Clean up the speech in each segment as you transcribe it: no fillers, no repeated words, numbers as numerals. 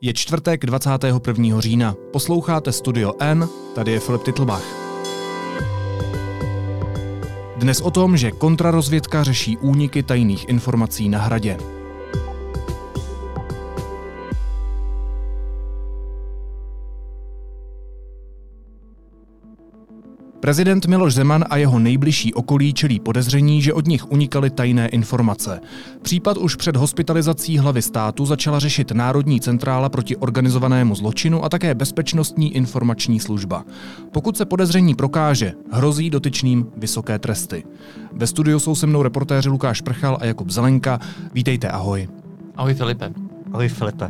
Je čtvrtek 21. října. Posloucháte Studio N, tady je Filip Titlbach. Dnes o tom, že kontrarozvědka řeší úniky tajných informací na Hradě. Prezident Miloš Zeman a jeho nejbližší okolí čelí podezření, že od nich unikaly tajné informace. Případ už před hospitalizací hlavy státu začala řešit Národní centrála proti organizovanému zločinu a také Bezpečnostní informační služba. Pokud se podezření prokáže, hrozí dotyčným vysoké tresty. Ve studiu jsou se mnou reportéři Lukáš Prchal a Jakub Zelenka. Vítejte, ahoj. Ahoj Filipe. Ahoj Filipe.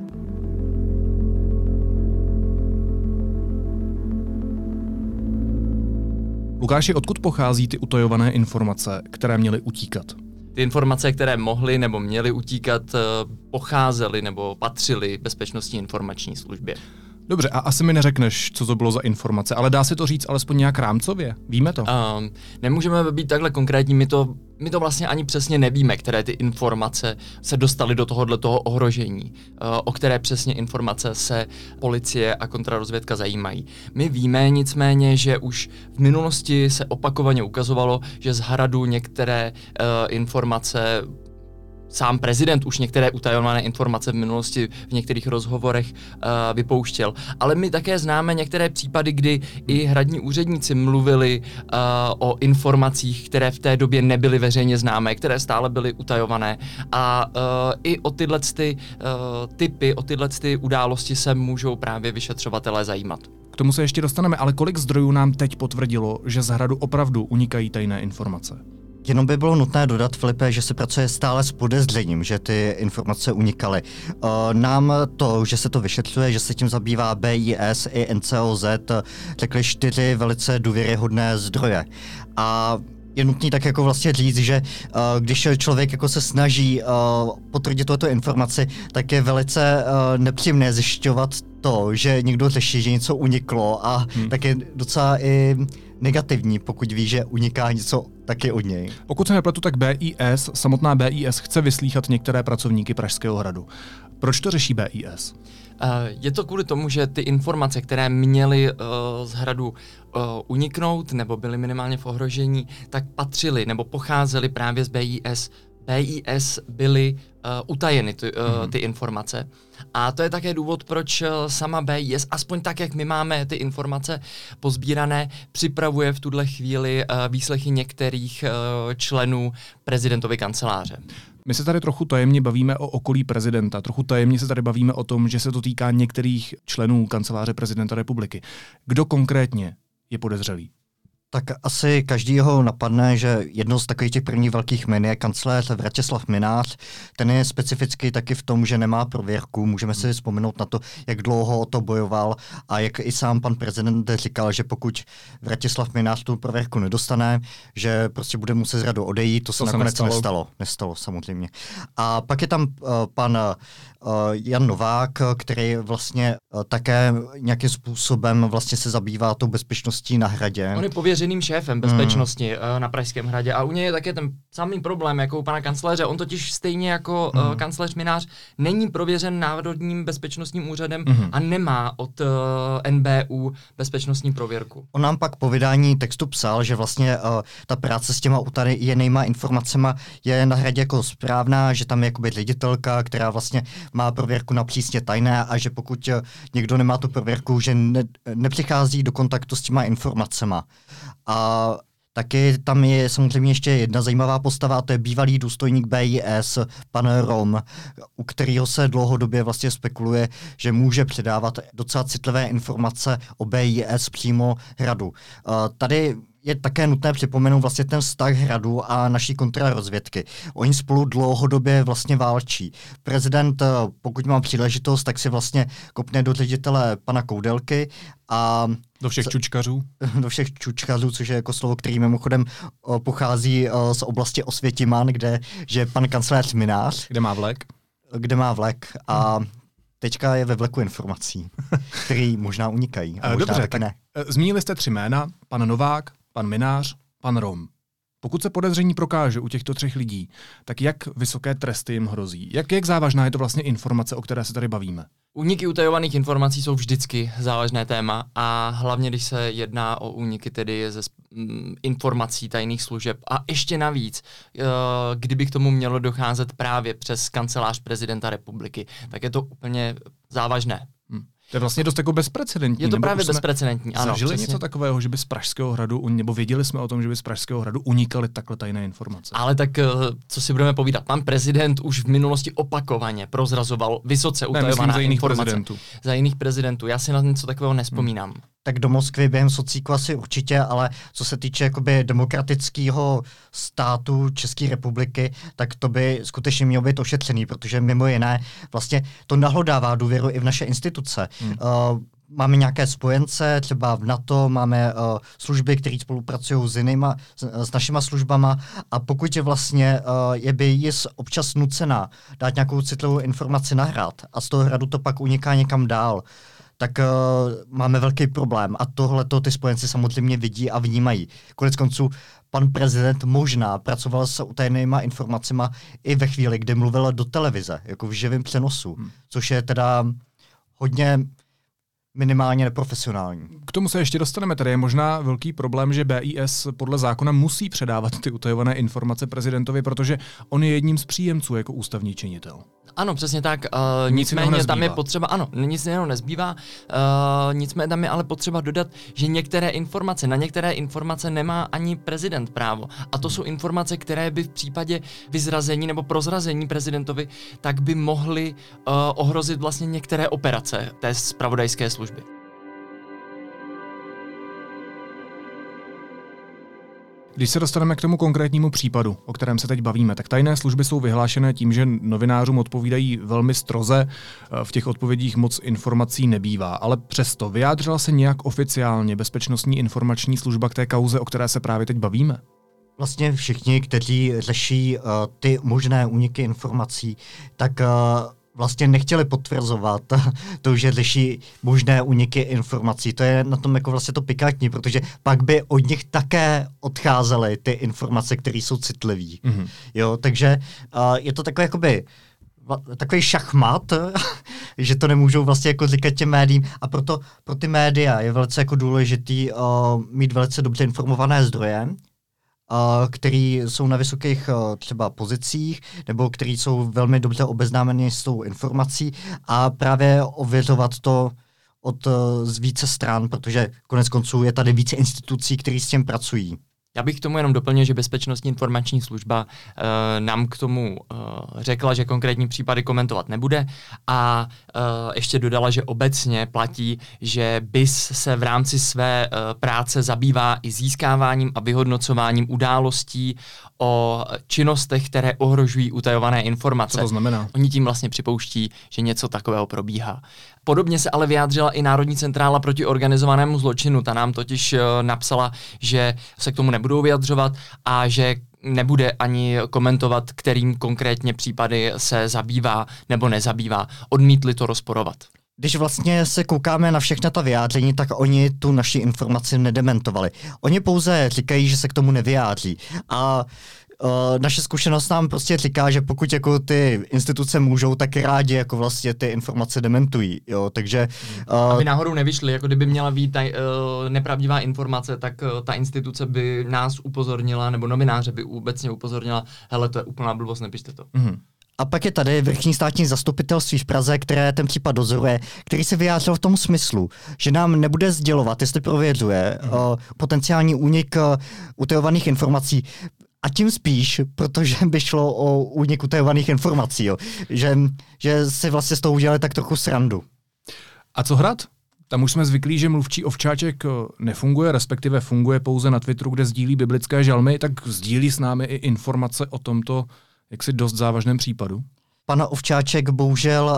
Lukáši, odkud pochází ty utajované informace, které měly utíkat? Ty informace, které mohly nebo měly utíkat, pocházely nebo patřily Bezpečnostní informační službě. Dobře, a asi mi neřekneš, co to bylo za informace, ale dá se to říct alespoň nějak rámcově? Víme to? Nemůžeme být takhle konkrétní, my to vlastně ani přesně nevíme, které ty informace se dostaly do tohoto ohrožení, o které přesně informace se policie a kontrarozvědka zajímají. My víme nicméně, že už v minulosti se opakovaně ukazovalo, že z Hradu některé informace sám prezident už některé utajované informace v minulosti v některých rozhovorech vypouštěl. Ale my také známe některé případy, kdy i hradní úředníci mluvili o informacích, které v té době nebyly veřejně známé, které stále byly utajované. A i o tyhle typy, o tyhle události se můžou právě vyšetřovatelé zajímat. K tomu se ještě dostaneme, ale kolik zdrojů nám teď potvrdilo, že z Hradu opravdu unikají tajné informace? Jenom by bylo nutné dodat, Filipe, že se pracuje stále s podezřením, že ty informace unikaly. Nám to, že se to vyšetřuje, že se tím zabývá BIS i NCOZ, řekli 4 velice důvěryhodné zdroje. A je nutný tak jako vlastně říct, že když člověk jako se snaží potvrdit tuto informaci, tak je velice nepříjemné zjišťovat to, že někdo řeší, že něco uniklo a tak je docela i negativní, pokud ví, že uniká něco taky od něj. Pokud se nepletu, tak samotná BIS chce vyslýchat některé pracovníky Pražského hradu. Proč to řeší BIS? Je to kvůli tomu, že ty informace, které měly z Hradu uniknout nebo byly minimálně v ohrožení, tak patřily nebo pocházely právě z BIS. BIS byly utajeny ty informace. A to je také důvod, proč sama BIS, aspoň tak, jak my máme ty informace pozbírané, připravuje v tuhle chvíli výslechy některých členů prezidentovy kanceláře. My se tady trochu tajemně bavíme o okolí prezidenta, trochu tajemně se tady bavíme o tom, že se to týká některých členů kanceláře prezidenta republiky. Kdo konkrétně je podezřelý? Tak asi každýho napadne, že jedno z takových těch prvních velkých jmen je kancléř Vratislav Mynář. Ten je specifický taky v tom, že nemá prověrku. Můžeme si vzpomenout na to, jak dlouho o to bojoval a jak i sám pan prezident říkal, že pokud Vratislav Mynář tu prověrku nedostane, že prostě bude muset z Hradu odejít. To se nakonec nestalo samozřejmě. A pak je tam pan Jan Novák, který vlastně také nějakým způsobem vlastně se zabývá tou bezpečností na Hradě. On je pověřeným šéfem bezpečnosti na Pražském hradě a u něj je také ten samý problém jako u pana kancléře. On totiž stejně jako kancléř Mynář není prověřen Národním bezpečnostním úřadem a nemá od NBÚ bezpečnostní prověrku. On nám pak po vydání textu psal, že vlastně ta práce s těma utajenýma informacema je na Hradě jako správná, že tam je jakoby ředitelka, která vlastně má prověrku na přísně tajné a že pokud někdo nemá tu prověrku, že nepřichází do kontaktu s těma informacema. A taky tam je samozřejmě ještě jedna zajímavá postava, a to je bývalý důstojník BIS, pan Rom, u kterého se dlouhodobě vlastně spekuluje, že může předávat docela citlivé informace o BIS přímo Hradu. Tady je také nutné připomenout vlastně ten vztah Hradu a naší kontrarozvědky. Oni spolu dlouhodobě vlastně válčí. Prezident, pokud má příležitost, tak si vlastně kopne do ředitele pana Koudelky a do všech čučkařů? Do všech čučkařů, což je jako slovo, který mimochodem pochází z oblasti Osvětiman, kde je pan kancléř Mynář. Kde má vlek a teďka je ve vleku informací, které možná unikají. A možná dobře, tak ne. Zmínili jste 3 jména, pan Novák, pan Mynář, pan Rom. Pokud se podezření prokáže u těchto 3 lidí, tak jak vysoké tresty jim hrozí? Jak závažná je to vlastně informace, o které se tady bavíme? Úniky utajovaných informací jsou vždycky závažné téma a hlavně, když se jedná o úniky tedy ze informací tajných služeb a ještě navíc, kdyby k tomu mělo docházet právě přes kancelář prezidenta republiky, tak je to úplně závažné. To je vlastně dost jako bezprecedentní. Je to právě bezprecedentní, ano. Zažili něco takového, že by z Pražského hradu, nebo věděli jsme o tom, že by z Pražského hradu unikaly takhle tajné informace? Ale tak, co si budeme povídat, pan prezident už v minulosti opakovaně prozrazoval vysoce utajovaná informace. Za jiných prezidentů. Já si na něco takového nespomínám. Tak do Moskvy během socíku asi určitě, ale co se týče jakoby demokratického státu České republiky, tak to by skutečně mělo být ošetřený, protože mimo jiné vlastně to nahlodává důvěru i v naše instituce. Máme nějaké spojence, třeba v NATO, máme služby, které spolupracují s našima službama a pokud je vlastně je občas nucená dát nějakou citlivou informaci na hrad a z toho hradu to pak uniká někam dál, tak máme velký problém a tohleto ty spojenci samozřejmě vidí a vnímají. Konec konců pan prezident možná pracoval s utajenýma informacemi i ve chvíli, kdy mluvil do televize, jako v živém přenosu, což je teda hodně minimálně neprofesionální. K tomu se ještě dostaneme. Tady je možná velký problém, že BIS podle zákona musí předávat ty utajované informace prezidentovi, protože on je jedním z příjemců jako ústavní činitel. Ano, přesně tak. Nicméně tam je potřeba, ano, nic jiného nezbývá, nicméně tam je ale potřeba dodat, že na některé informace nemá ani prezident právo. A to jsou informace, které by v případě vyzrazení nebo prozrazení prezidentovi, tak by mohly ohrozit vlastně některé operace té zpravodajské služby. Když se dostaneme k tomu konkrétnímu případu, o kterém se teď bavíme, tak tajné služby jsou vyhlášené tím, že novinářům odpovídají velmi stroze, v těch odpovědích moc informací nebývá, ale přesto vyjádřila se nějak oficiálně Bezpečnostní informační služba k té kauze, o které se právě teď bavíme? Vlastně všichni, kteří řeší ty možné úniky informací, tak vlastně nechtěli potvrzovat to, že řeší možné úniky informací. To je na tom jako vlastně to pikantní, protože pak by od nich také odcházely ty informace, které jsou citlivé. Mm-hmm. Jo, takže je to takové jakoby takový šachmat, že to nemůžou vlastně jako říkat těm médiím a proto pro ty média je velice jako důležitý mít velice dobře informované zdroje, který jsou na vysokých třeba pozicích, nebo který jsou velmi dobře obeznámeni s tou informací a právě ověřovat to z více stran, protože konec konců je tady více institucí, které s tím pracují. Já bych k tomu jenom doplnil, že Bezpečnostní informační služba nám k tomu řekla, že konkrétní případy komentovat nebude a ještě dodala, že obecně platí, že BIS se v rámci své práce zabývá i získáváním a vyhodnocováním událostí o činnostech, které ohrožují utajované informace. Co to znamená? Oni tím vlastně připouští, že něco takového probíhá. Podobně se ale vyjádřila i Národní centrála proti organizovanému zločinu. Ta nám totiž napsala, že se k tomu nebudou vyjadřovat a že nebude ani komentovat, kterým konkrétně případy se zabývá nebo nezabývá. Odmítli to rozporovat. Když vlastně se koukáme na všechna ta vyjádření, tak oni tu naši informaci nedementovali. Oni pouze říkají, že se k tomu nevyjádří. A naše zkušenost nám prostě říká, že pokud jako ty instituce můžou, tak rádi jako vlastně ty informace dementují, jo, takže... Aby náhodou nevyšly, jako kdyby měla být nepravdivá informace, tak ta instituce by nás upozornila, nebo novináře by obecně upozornila, hele, to je úplná blbost, nepište to. Mm-hmm. A pak je tady Vrchní státní zastupitelství v Praze, které ten případ dozoruje, který se vyjádřil v tom smyslu, že nám nebude sdělovat, jestli prověřuje potenciální únik utajovaných informací. A tím spíš, protože by šlo o únik utajovaných informací, jo. Že si vlastně z toho udělali tak trochu srandu. A co hrad? Tam už jsme zvyklí, že mluvčí Ovčáček nefunguje, respektive funguje pouze na Twitteru, kde sdílí biblické žalmy, tak sdílí s námi i informace o tomto jaksi dost závažném případu. Pan Ovčáček bohužel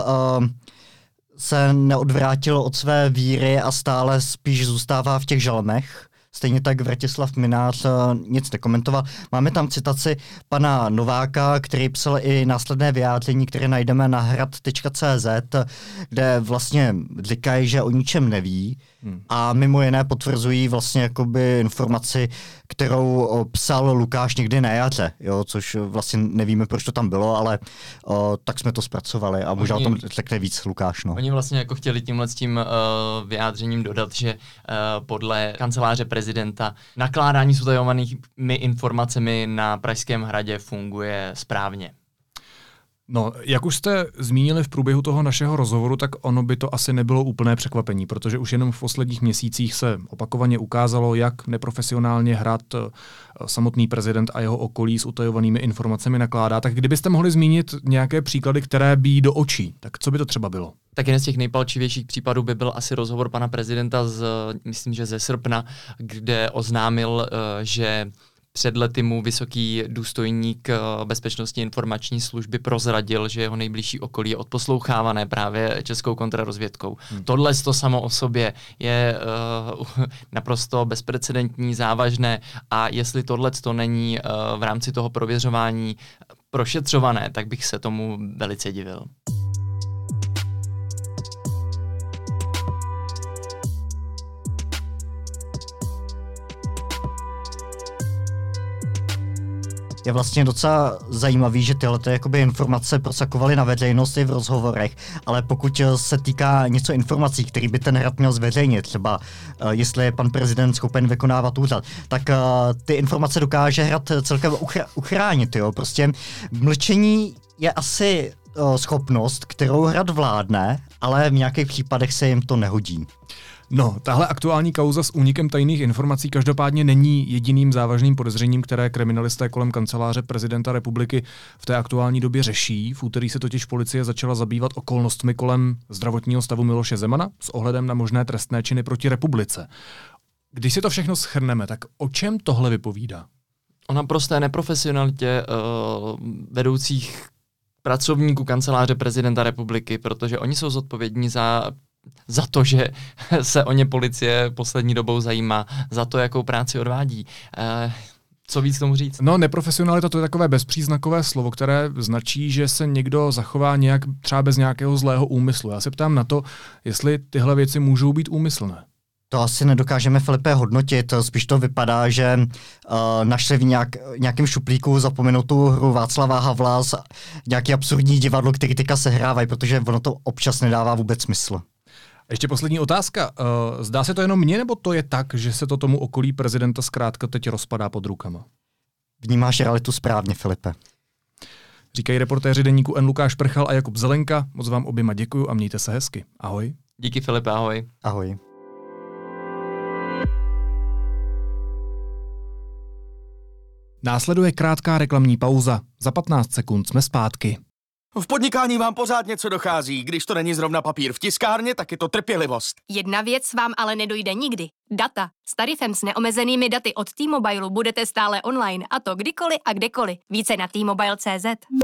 se neodvrátil od své víry a stále spíš zůstává v těch žalmech stejně tak Vratislav Mynář nic nekomentoval. Máme tam citaci pana Nováka, který psal i následné vyjádření, které najdeme na hrad.cz, kde vlastně říkají, že o ničem neví a mimo jiné potvrzují vlastně jakoby informaci, kterou psal Lukáš někdy na jaře, jo, což vlastně nevíme, proč to tam bylo, ale tak jsme to zpracovali a možná o tom řekne víc Lukáš. No. Oni vlastně jako chtěli tímhle s tím vyjádřením dodat, že podle kanceláře prezidenta nakládání s utajovanými informacemi na Pražském hradě funguje správně. No, jak už jste zmínili v průběhu toho našeho rozhovoru, tak ono by to asi nebylo úplné překvapení, protože už jenom v posledních měsících se opakovaně ukázalo, jak neprofesionálně Hrad samotný prezident a jeho okolí s utajovanými informacemi nakládá. Tak kdybyste mohli zmínit nějaké příklady, které bíjí do očí, tak co by to třeba bylo? Tak jeden z těch nejpalčivějších případů by byl asi rozhovor pana prezidenta myslím, že ze srpna, kde oznámil, že před lety mu vysoký důstojník Bezpečnostní informační služby prozradil, že jeho nejbližší okolí je odposlouchávané právě českou kontrarozvědkou. Tohle to samo o sobě je naprosto bezprecedentní, závažné a jestli tohle to není v rámci toho prověřování prošetřované, tak bych se tomu velice divil. Je vlastně docela zajímavý, že tyhle informace prosakovaly na veřejnost i v rozhovorech, ale pokud se týká něco informací, který by ten Hrad měl zveřejnit, třeba jestli je pan prezident schopen vykonávat úřad, tak ty informace dokáže Hrad celkem uchránit. Jo? Prostě mlčení je asi schopnost, kterou Hrad vládne, ale v nějakých případech se jim to nehodí. No, tahle aktuální kauza s únikem tajných informací každopádně není jediným závažným podezřením, které kriminalisté kolem kanceláře prezidenta republiky v té aktuální době řeší. V úterý se totiž policie začala zabývat okolnostmi kolem zdravotního stavu Miloše Zemana s ohledem na možné trestné činy proti republice. Když si to všechno shrneme, tak o čem tohle vypovídá? O naprosté neprofesionalitě vedoucích pracovníků kanceláře prezidenta republiky, protože oni jsou zodpovědní za to, že se o ně policie poslední dobou zajímá, za to, jakou práci odvádí. Co víc k tomu říct? No, neprofesionalita to je takové bezpříznakové slovo, které značí, že se někdo zachová nějak třeba bez nějakého zlého úmyslu. Já se ptám na to, jestli tyhle věci můžou být úmyslné. To asi nedokážeme, Filipe, hodnotit. Spíš to vypadá, že našli v nějakém šuplíku zapomenutou hru Václava Havla, nějaký absurdní divadlo, který teďka sehrávají, protože ono to občas nedává vůbec smysl. Ještě poslední otázka. Zdá se to jenom mně, nebo to je tak, že se to tomu okolí prezidenta zkrátka teď rozpadá pod rukama? Vnímáš realitu správně, Filipe. Říkají reportéři deníku N. Lukáš Prchal a Jakub Zelenka. Moc vám oběma děkuju a mějte se hezky. Ahoj. Díky, Filipe, ahoj. Ahoj. Následuje krátká reklamní pauza. Za 15 sekund jsme zpátky. V podnikání vám pořád něco dochází. Když to není zrovna papír v tiskárně, tak je to trpělivost. Jedna věc vám ale nedojde nikdy. Data. S tarifem s neomezenými daty od T-Mobile budete stále online, a to kdykoliv a kdekoliv. Více na T-Mobile.cz.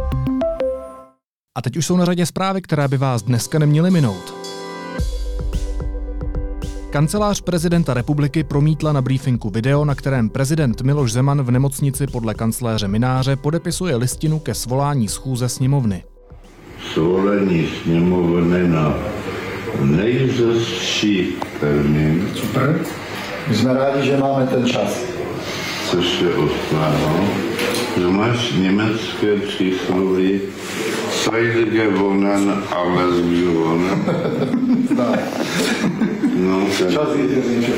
A teď už jsou na řadě zprávy, které by vás dneska neměly minout. Kancelář prezidenta republiky promítla na briefingu video, na kterém prezident Miloš Zeman v nemocnici podle kancléře Mynáře podepisuje listinu ke svolání schůze sněmovny. Svolení sněmovny na nejzazší termín. Super. My jsme rádi, že máme ten čas. Což je oslávo. Že máš německé přísloví Zeit gewonnen, alles gewonnen. Tak. No, Čas je,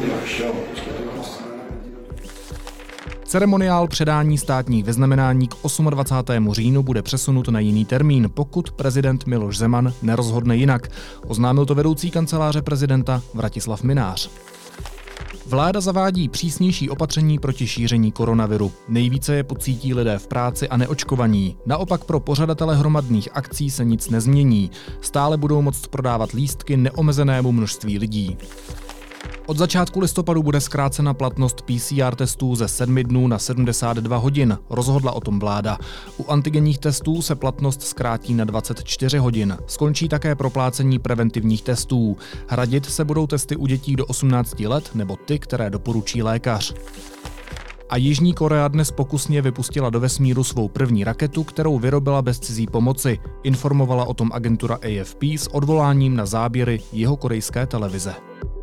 Ceremoniál předání státních vyznamenání k 28. říjnu bude přesunut na jiný termín, pokud prezident Miloš Zeman nerozhodne jinak. Oznámil to vedoucí kanceláře prezidenta Vratislav Mynář. Vláda zavádí přísnější opatření proti šíření koronaviru. Nejvíce je pocítí lidé v práci a neočkovaní. Naopak pro pořadatele hromadných akcí se nic nezmění. Stále budou moct prodávat lístky neomezenému množství lidí. Od začátku listopadu bude zkrácena platnost PCR testů ze 7 dnů na 72 hodin, rozhodla o tom vláda. U antigenních testů se platnost zkrátí na 24 hodin. Skončí také proplácení preventivních testů. Hradit se budou testy u dětí do 18 let nebo ty, které doporučí lékař. A Jižní Korea dnes pokusně vypustila do vesmíru svou první raketu, kterou vyrobila bez cizí pomoci. Informovala o tom agentura AFP s odvoláním na záběry jihokorejské televize.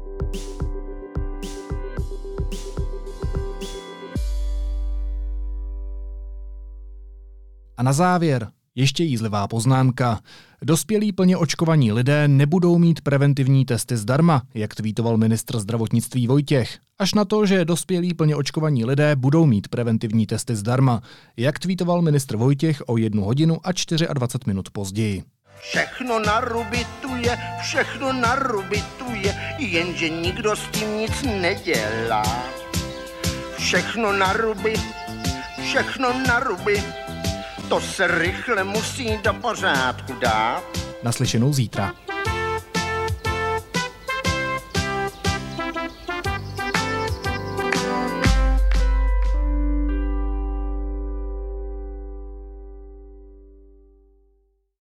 A na závěr ještě jízlivá poznámka. Dospělí plně očkovaní lidé nebudou mít preventivní testy zdarma, jak tweetoval ministr zdravotnictví Vojtěch. Až na to, že dospělí plně očkovaní lidé budou mít preventivní testy zdarma, jak tweetoval ministr Vojtěch o 1 hodinu a 24 minut později. Všechno na ruby tu je, všechno na ruby tu je, jenže nikdo s tím nic nedělá. Všechno na ruby, to se rychle musí do pořádku dát. Naslyšenou zítra.